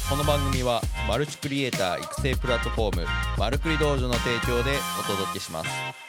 この番組はマルチクリエイター育成プラットフォームマルクリ道場の提供でお届けします。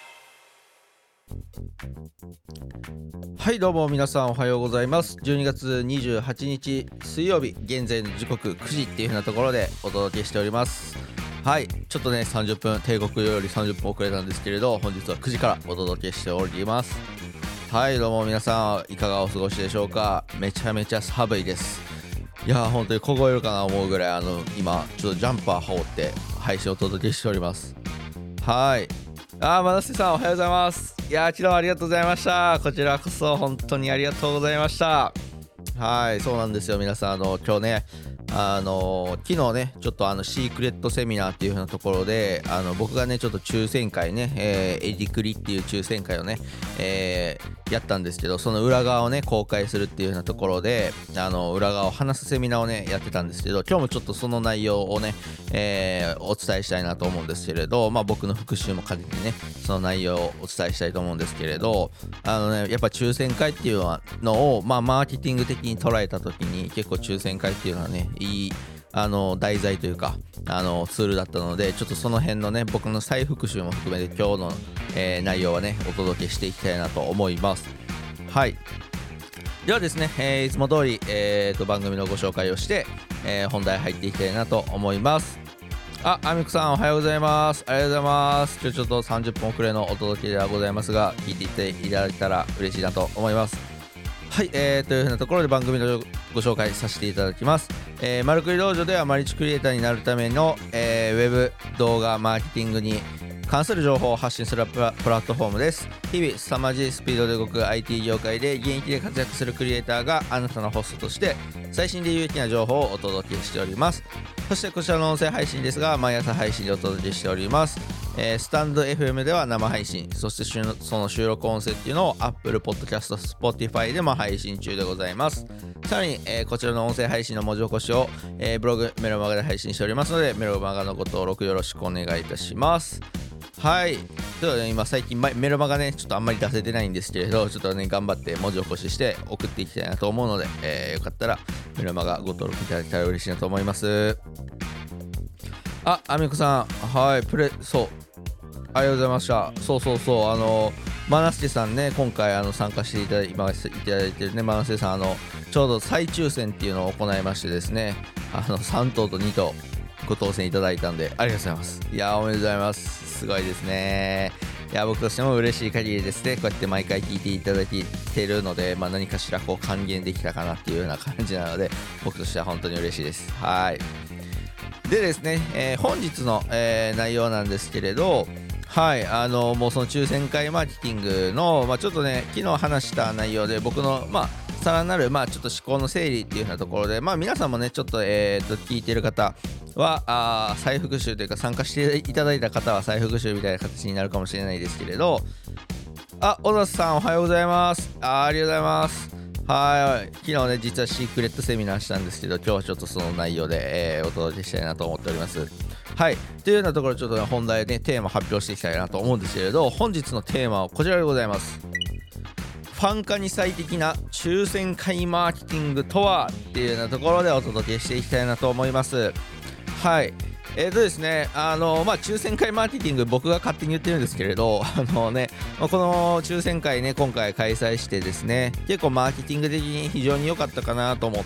はいどうも皆さんおはようございます。12月28日水曜日、現在の時刻9時っていう風なところでお届けしております。はい、ちょっとね30分帝国より30分遅れたんですけれど、本日は9時からお届けしております。はいどうも皆さんいかがお過ごしでしょうか。めちゃめちゃ寒いです。いや本当に凍えるかな思うぐらい今ちょっとジャンパー羽織って配信をお届けしております。はい真瀬さんおはようございます。いや昨日はありがとうございました。こちらこそ本当にありがとうございました。はいそうなんですよ皆さん今日ね昨日ねちょっとシークレットセミナーっていう風なところで僕がねちょっと抽選会ね、エディクリっていう抽選会をね、やったんですけど、その裏側をね公開するっていう風なところで裏側を話すセミナーをねやってたんですけど、今日もちょっとその内容をね、お伝えしたいなと思うんですけれど、僕の復習も兼ねてねその内容をお伝えしたいと思うんですけれど、やっぱ抽選会っていうのをマーケティング的に捉えた時に結構抽選会っていうのはねいい題材というかツールだったので、ちょっとその辺のね僕の再復習も含めて今日の、内容はねお届けしていきたいなと思います。はいではですね、いつも通り、番組のご紹介をして、本題入っていきたいなと思います。アミコさんおはようございます。ありがとうございます。今日ちょっと30分遅れのお届けではございますが、聞いていっていただけたら嬉しいなと思います。はい、というふうなところで番組のご紹介させていただきます。マルクリ道場ではマルチクリエイターになるための、ウェブ動画マーケティングに関する情報を発信するプラットフォームです。日々凄まじいスピードで動く IT 業界で現役で活躍するクリエイターがあなたのホストとして最新で有益な情報をお届けしております。そしてこちらの音声配信ですが、毎朝配信でお届けしております。スタンド FM では生配信、そしてその収録音声っていうのを Apple Podcast、Spotify でも配信中でございます。さらに、こちらの音声配信の文字起こしを、ブログメロマガで配信しておりますので、メロマガのご登録よろしくお願いいたします。はい。ではね、今最近メルマガねちょっとあんまり出せてないんですけれど、ちょっとね頑張って文字起こしして送っていきたいなと思うので、よかったらメルマガご登録いただけたら嬉しいなと思います。アミコさんはいそうありがとうございました。そうマナステさんね今回参加していただいてるねマナステさんちょうど再抽選っていうのを行いましてですね、3等と2等ご当選いただいたんでありがとうございます。いやおめでとうございます。すごいですね。いや僕としても嬉しい限りですね。こうやって毎回聞いていただいているので、何かしらこう還元できたかなっていうような感じなので、僕としては本当に嬉しいです。はいでですね、本日の、内容なんですけれど、はいもうその抽選会マーケティングの、ちょっとね昨日話した内容で僕のさらなるちょっと思考の整理っていうようなところで、皆さんもねちょっと聞いている方は再復習というか参加していただいた方は再復習みたいな形になるかもしれないですけれど、小田さんおはようございます。ありがとうございます。昨日ね実はシークレットセミナーしたんですけど、今日はちょっとその内容で、お届けしたいなと思っております。はいというようなところちょっと、ね、本題で、テーマ発表していきたいなと思うんですけれど、本日のテーマはこちらでございます。ファン化に最適な抽選会マーケティングとはっていうようなところでお届けしていきたいなと思います。はいですね抽選会マーケティング僕が勝手に言ってるんですけれどこの抽選会ね今回開催してですね、結構マーケティング的に非常に良かったかなと思って、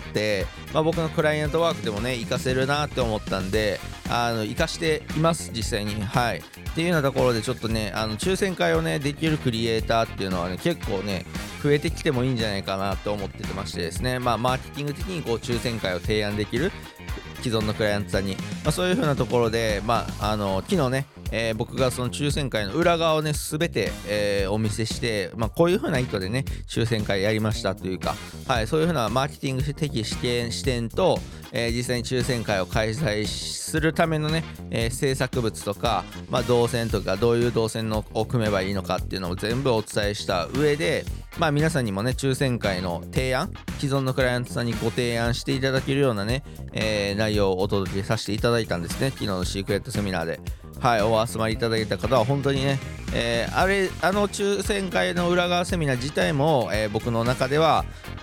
僕のクライアントワークでもね活かせるなって思ったんで活かしています実際に。はいっていうようなところでちょっとね抽選会をねできるクリエイターっていうのはね結構ね増えてきてもいいんじゃないかなと思ってましてですね、マーケティング的にこう抽選会を提案できる既存のクライアントさんに、そういう風なところで、昨日ね、僕がその抽選会の裏側をね全て、お見せして、こういう風な意図でね抽選会やりましたというか、そういう風なマーケティング的視点と、実際に抽選会を開催するためのね、制作物とか、動線とかどういう動線を組めばいいのかっていうのを全部お伝えした上で、皆さんにもね抽選会の提案、既存のクライアントさんにご提案していただけるようなね、内容をお届けさせていただいたんですね、昨日のシークレットセミナーで。お集まりいただいた方は本当にね、抽選会の裏側セミナー自体も、僕の中では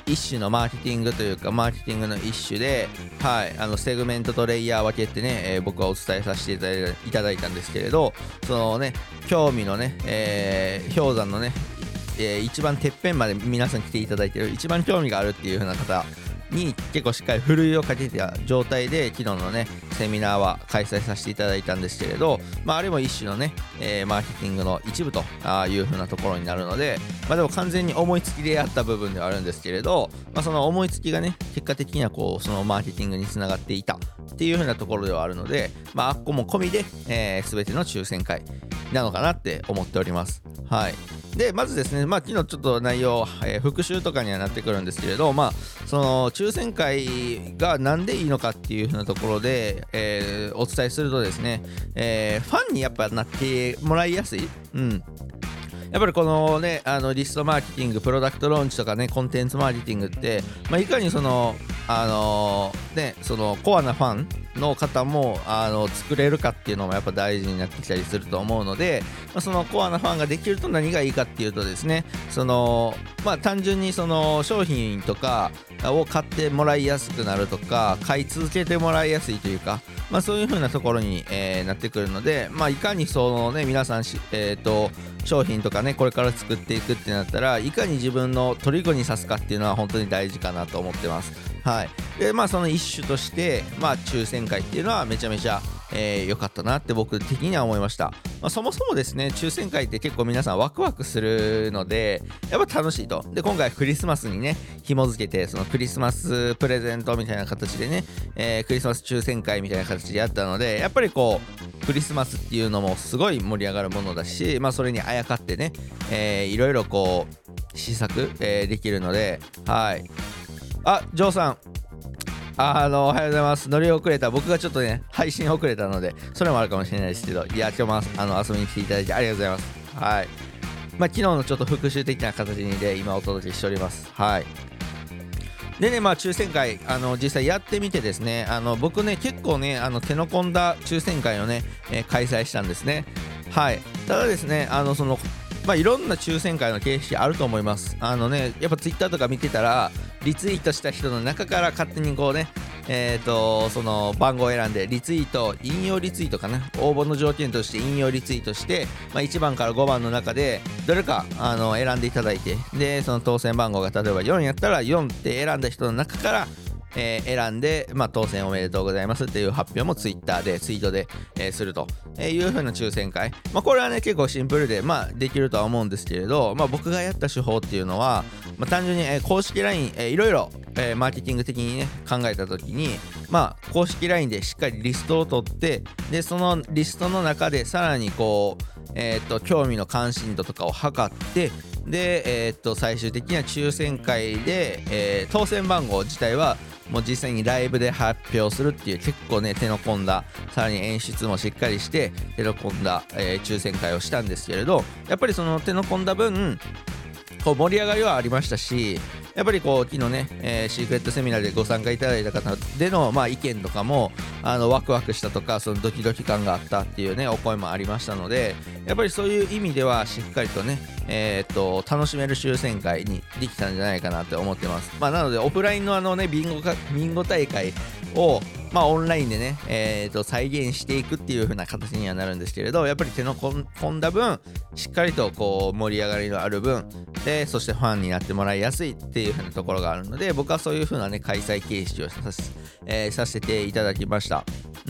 一種のマーケティングというかマーケティングの一種で、はい、セグメントとレイヤー分けってね、僕はお伝えさせていただいたんですけれど、そのね興味のね、氷山のね、一番てっぺんまで皆さん来ていただいている一番興味があるっていう風な方に結構しっかりふるいをかけた状態で昨日のねセミナーは開催させていただいたんですけれど、あれも一種のね、マーケティングの一部という風なところになるので、でも完全に思いつきでやった部分ではあるんですけれど、その思いつきがね結果的にはこうそのマーケティングにつながっていたっていう風なところではあるので、あっこも込みで、全ての抽選会なのかなって思っております。はい。でまずですね、昨日ちょっと内容、復習とかにはなってくるんですけれど、その抽選会がなんでいいのかっていう風なところで、お伝えするとですね、ファンにやっぱなってもらいやすい、やっぱりこのねリストマーケティング、プロダクトローンチとかねコンテンツマーケティングって、いかにそのそのコアなファンの方も作れるかっていうのもやっぱ大事になってきたりすると思うので、そのコアなファンができると何がいいかっていうとですね、その単純にその商品とかを買ってもらいやすくなるとか買い続けてもらいやすいというか、そういう風なところに、なってくるので、いかにそのね皆さん商品とかねこれから作っていくってなったらいかに自分の虜にさすかっていうのは本当に大事かなと思ってます。はい。でその一種として抽選会っていうのはめちゃめちゃ良かったなって僕的には思いました。そもそもですね抽選会って結構皆さんワクワクするのでやっぱ楽しいと。で今回クリスマスにね紐付けてそのクリスマスプレゼントみたいな形でね、クリスマス抽選会みたいな形でやったので、やっぱりこうクリスマスっていうのもすごい盛り上がるものだし、それにあやかってね、いろいろこう試作、できるので、はい。ジョーさんおはようございます。乗り遅れた僕がちょっとね配信遅れたのでそれもあるかもしれないですけど、いや今日も遊びに来ていただいてありがとうございます。はい。昨日のちょっと復習的な形で今お届けしております。はい。でね抽選会実際やってみてですね、僕ね結構ね手の込んだ抽選会をね、開催したんですね。はい。ただですねそのいろんな抽選会の形式あると思います。やっぱツイッターとか見てたらリツイートした人の中から勝手にこうねその番号を選んでリツイート、引用リツイートかな、応募の条件として引用リツイートして、1番から5番の中でどれか選んでいただいて、でその当選番号が例えば4やったら4って選んだ人の中から選んで、当選おめでとうございますっていう発表もツイッターでツイートで、するという風な抽選会、これはね結構シンプルでできるとは思うんですけれど、僕がやった手法っていうのは、単純に、公式 LINE、いろいろ、マーケティング的にね考えた時に公式 LINE でしっかりリストを取って、でそのリストの中でさらにこう興味の関心度とかを測って、で最終的には抽選会で、当選番号自体はもう実際にライブで発表するっていう結構ね手の込んだ、さらに演出もしっかりして手の込んだ、抽選会をしたんですけれど、やっぱりその手の込んだ分こう盛り上がりはありましたし、やっぱりこう昨日ね、シークレットセミナーでご参加いただいた方での、意見とかもワクワクしたとか、そのドキドキ感があったっていうねお声もありましたので、やっぱりそういう意味ではしっかりとね楽しめる抽選会にできたんじゃないかなって思ってます。なのでオフラインのビンゴ大会をオンラインでね、再現していくっていう風な形にはなるんですけれど、やっぱり手の込んだ分しっかりとこう盛り上がりのある分で、そしてファンになってもらいやすいっていう風なところがあるので、僕はそういう風なね開催形式をさせていただきました。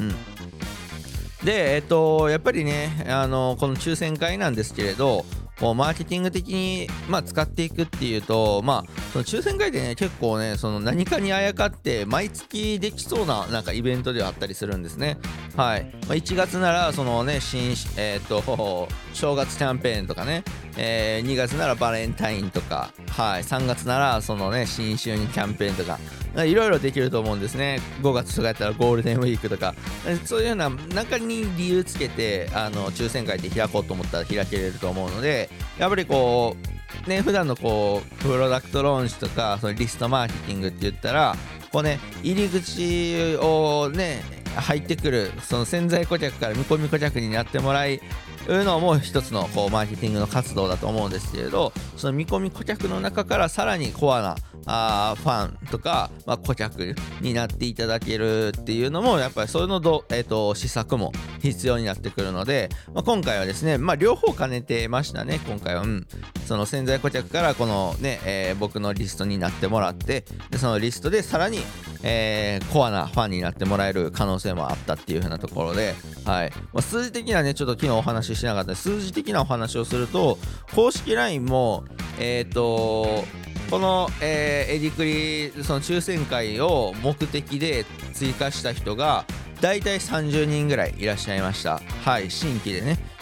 でやっぱりねこの抽選会なんですけれど、こうマーケティング的に、使っていくっていうと、その抽選会でね結構ねその何かにあやかって毎月できそうななんかイベントではあったりするんですね。はい。1月ならそのね正月キャンペーンとかね、2月ならバレンタインとか、はい、3月ならそのね新春キャンペーンとかいろいろできると思うんですね。5月とかやったらゴールデンウィークとか、そういうような中に理由つけて抽選会って開こうと思ったら開けれると思うので、やっぱりこうね普段のこうプロダクトローンチとかそのリストマーケティングって言ったらこうね入り口をね入ってくるその潜在顧客から見込み顧客になってもらうのも一つのこうマーケティングの活動だと思うんですけれど、その見込み顧客の中からさらにコアなファンとか、顧客になっていただけるっていうのもやっぱりそういうの施策も必要になってくるので、今回はですね、両方兼ねてましたね。今回は、その潜在顧客からこのね、僕のリストになってもらって、でそのリストでさらに、コアなファンになってもらえる可能性もあったっていう風なところで、はい。数字的なね、ちょっと昨日お話ししなかった数字的なお話をすると、公式 LINE もこの、エディクリその抽選会を目的で追加した人がだいたい30人ぐらいいらっしゃいました。はい、新規で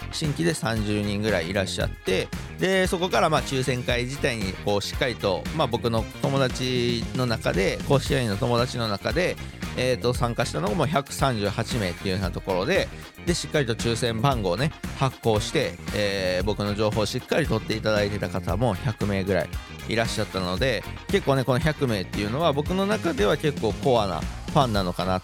30人ぐらいいらっしゃって、でそこから抽選会自体にこうしっかりと、僕の友達の中で公式 LINE の友達の中で、参加したのがもう138名っていうようなところで、しっかりと抽選番号をね発行して、僕の情報をしっかり取っていただいてた方も100名ぐらいいらっしゃったので、結構ねこの100名っていうのは僕の中では結構コアなファンなのかなって、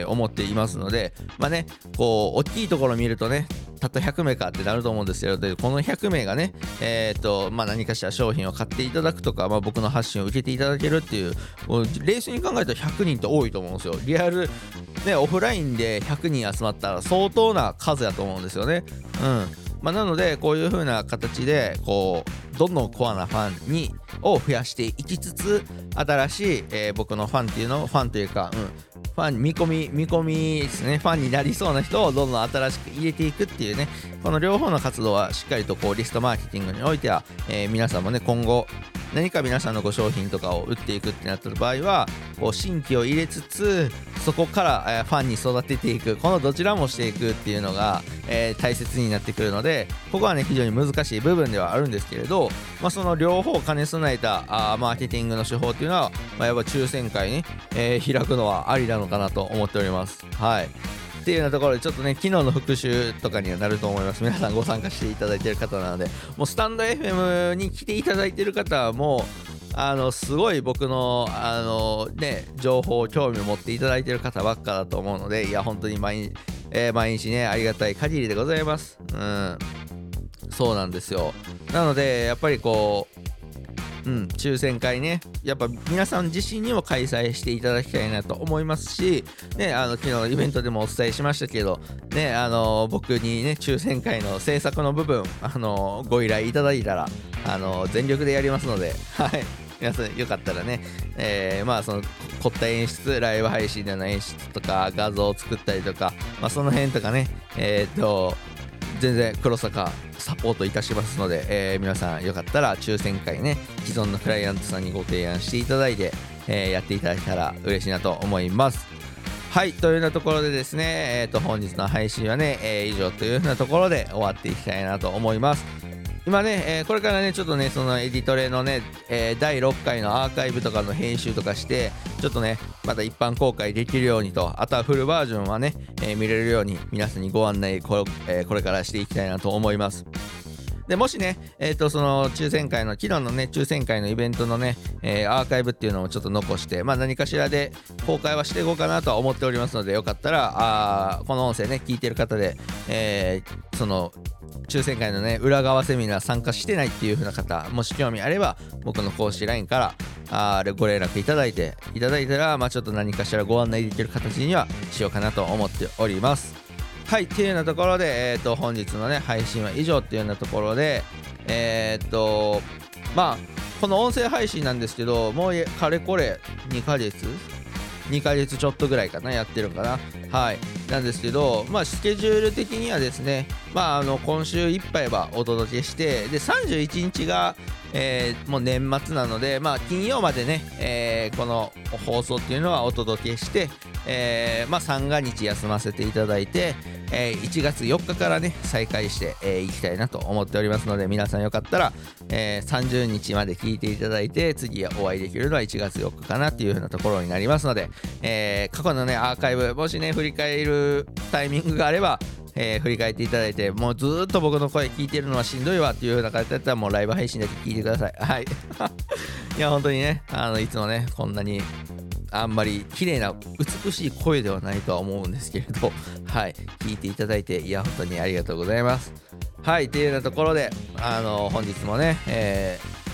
思っていますので、こう大きいところを見るとねたった100名かってなると思うんですよ。でこの100名がね、何かしら商品を買っていただくとか、僕の発信を受けていただけるっていう、冷静に考えたら100人って多いと思うんですよ。リアルね、オフラインで100人集まったら相当な数やと思うんですよね。なのでこういう風な形でこうどんどんコアなファンを増やしていきつつ、新しい、僕のファンっていうのをファンというか、ファン見込みですね。ファンになりそうな人をどんどん新しく入れていくっていうね、この両方の活動はしっかりとこうリストマーケティングにおいては、皆さんもね今後何か皆さんのご商品とかを売っていくってなった場合はこう新規を入れつつそこから、ファンに育てていく、このどちらもしていくっていうのが、大切になってくるので、ここはね非常に難しい部分ではあるんですけれど、その両方を兼ね備えたマーケティングの手法っていうのは、やっぱ抽選会ね、開くのはありなのかなと思っております。はい。っていうようなところでちょっとね昨日の復習とかにはなると思います。皆さんご参加していただいている方なので、もうスタンド FM に来ていただいている方はもうすごい僕の情報興味を持っていただいている方ばっかだと思うので、いや本当に毎日ねありがたい限りでございます。そうなんですよ。なのでやっぱりこう抽選会ねやっぱ皆さん自身にも開催していただきたいなと思いますし、ね、昨日のイベントでもお伝えしましたけど、ね、僕にね抽選会の制作の部分ご依頼いただいたら全力でやりますので、はい、皆さんよかったらね、その凝った演出、ライブ配信での演出とか画像を作ったりとか、その辺とかね全然黒坂サポートいたしますので、皆さんよかったら抽選会ね既存のクライアントさんにご提案していただいて、やっていただけたら嬉しいなと思います。はい、というようなところでですね、本日の配信はね、以上というようなところで終わっていきたいなと思います。今ね、これからねちょっとねそのエディトレのね、第6回のアーカイブとかの編集とかしてちょっとねまた一般公開できるようにと、あとはフルバージョンはね、見れるように皆さんにご案内これからしていきたいなと思います。でもしね、その抽選会の昨日のね抽選会のイベントのね、アーカイブっていうのをちょっと残して、何かしらで公開はしていこうかなとは思っておりますので、よかったらこの音声ね聞いてる方で、その抽選会のね裏側セミナー参加してないっていう風な方、もし興味あれば僕の公式 LINE からご連絡いただいたら、ちょっと何かしらご案内できる形にはしようかなと思っております。はい、っていうようなところで、本日のね配信は以上っていうようなところで、この音声配信なんですけど、もうかれこれ2ヶ月ちょっとぐらいかなやってるかな。はい、なんですけど、スケジュール的にはですね、今週いっぱいはお届けして、で31日が、もう年末なので、金曜までね、この放送っていうのはお届けして、三が日休ませていただいて、1月4日からね再開していきたいなと思っておりますので、皆さんよかったら、30日まで聞いていただいて、次お会いできるのは1月4日かなっていう風なところになりますので、過去のねアーカイブもしね振り返るタイミングがあれば、振り返っていただいて、もうずっと僕の声聞いてるのはしんどいわっていう風な方だったらもうライブ配信だけ聞いてください。はいいや本当にねいつもねこんなにあんまり綺麗な美しい声ではないとは思うんですけれど、はい、聞いていただいて、いや本当にありがとうございます。はい、というようなところで本日もね、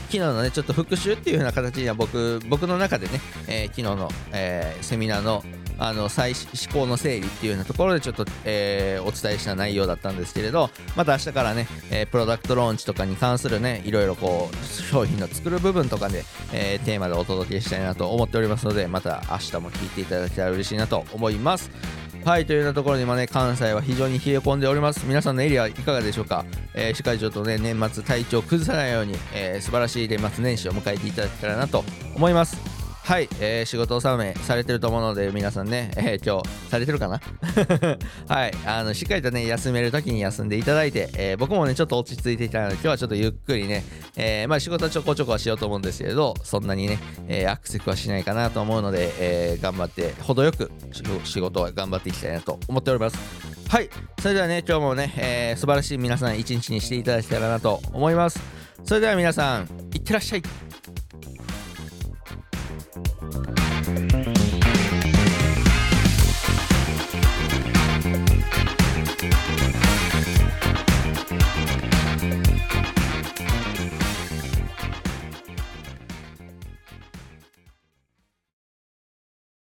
昨日のねちょっと復習っていう風な形には僕の中でね、昨日の、セミナーの思考の整理っていうようなところでちょっと、お伝えした内容だったんですけれど、また明日からね、プロダクトローンチとかに関するねいろいろこう商品の作る部分とかで、テーマでお届けしたいなと思っておりますので、また明日も聞いていただけたら嬉しいなと思います。はい、というようなところに今ね関西は非常に冷え込んでおります。皆さんのエリアいかがでしょうか。しっかりちょっとね年末体調崩さないように、素晴らしい年末年始を迎えていただけたらなと思います。はい、仕事納めされてると思うので皆さんね、今日されてるかなはい、しっかりとね休める時に休んでいただいて、僕もねちょっと落ち着いていたので今日はちょっとゆっくりね、仕事はちょこちょこはしようと思うんですけれど、そんなにね、アクセクはしないかなと思うので、頑張って程よく仕事は頑張っていきたいなと思っております。はい、それではね今日もね、素晴らしい皆さん一日にしていただけたらなと思います。それでは皆さんいってらっしゃい。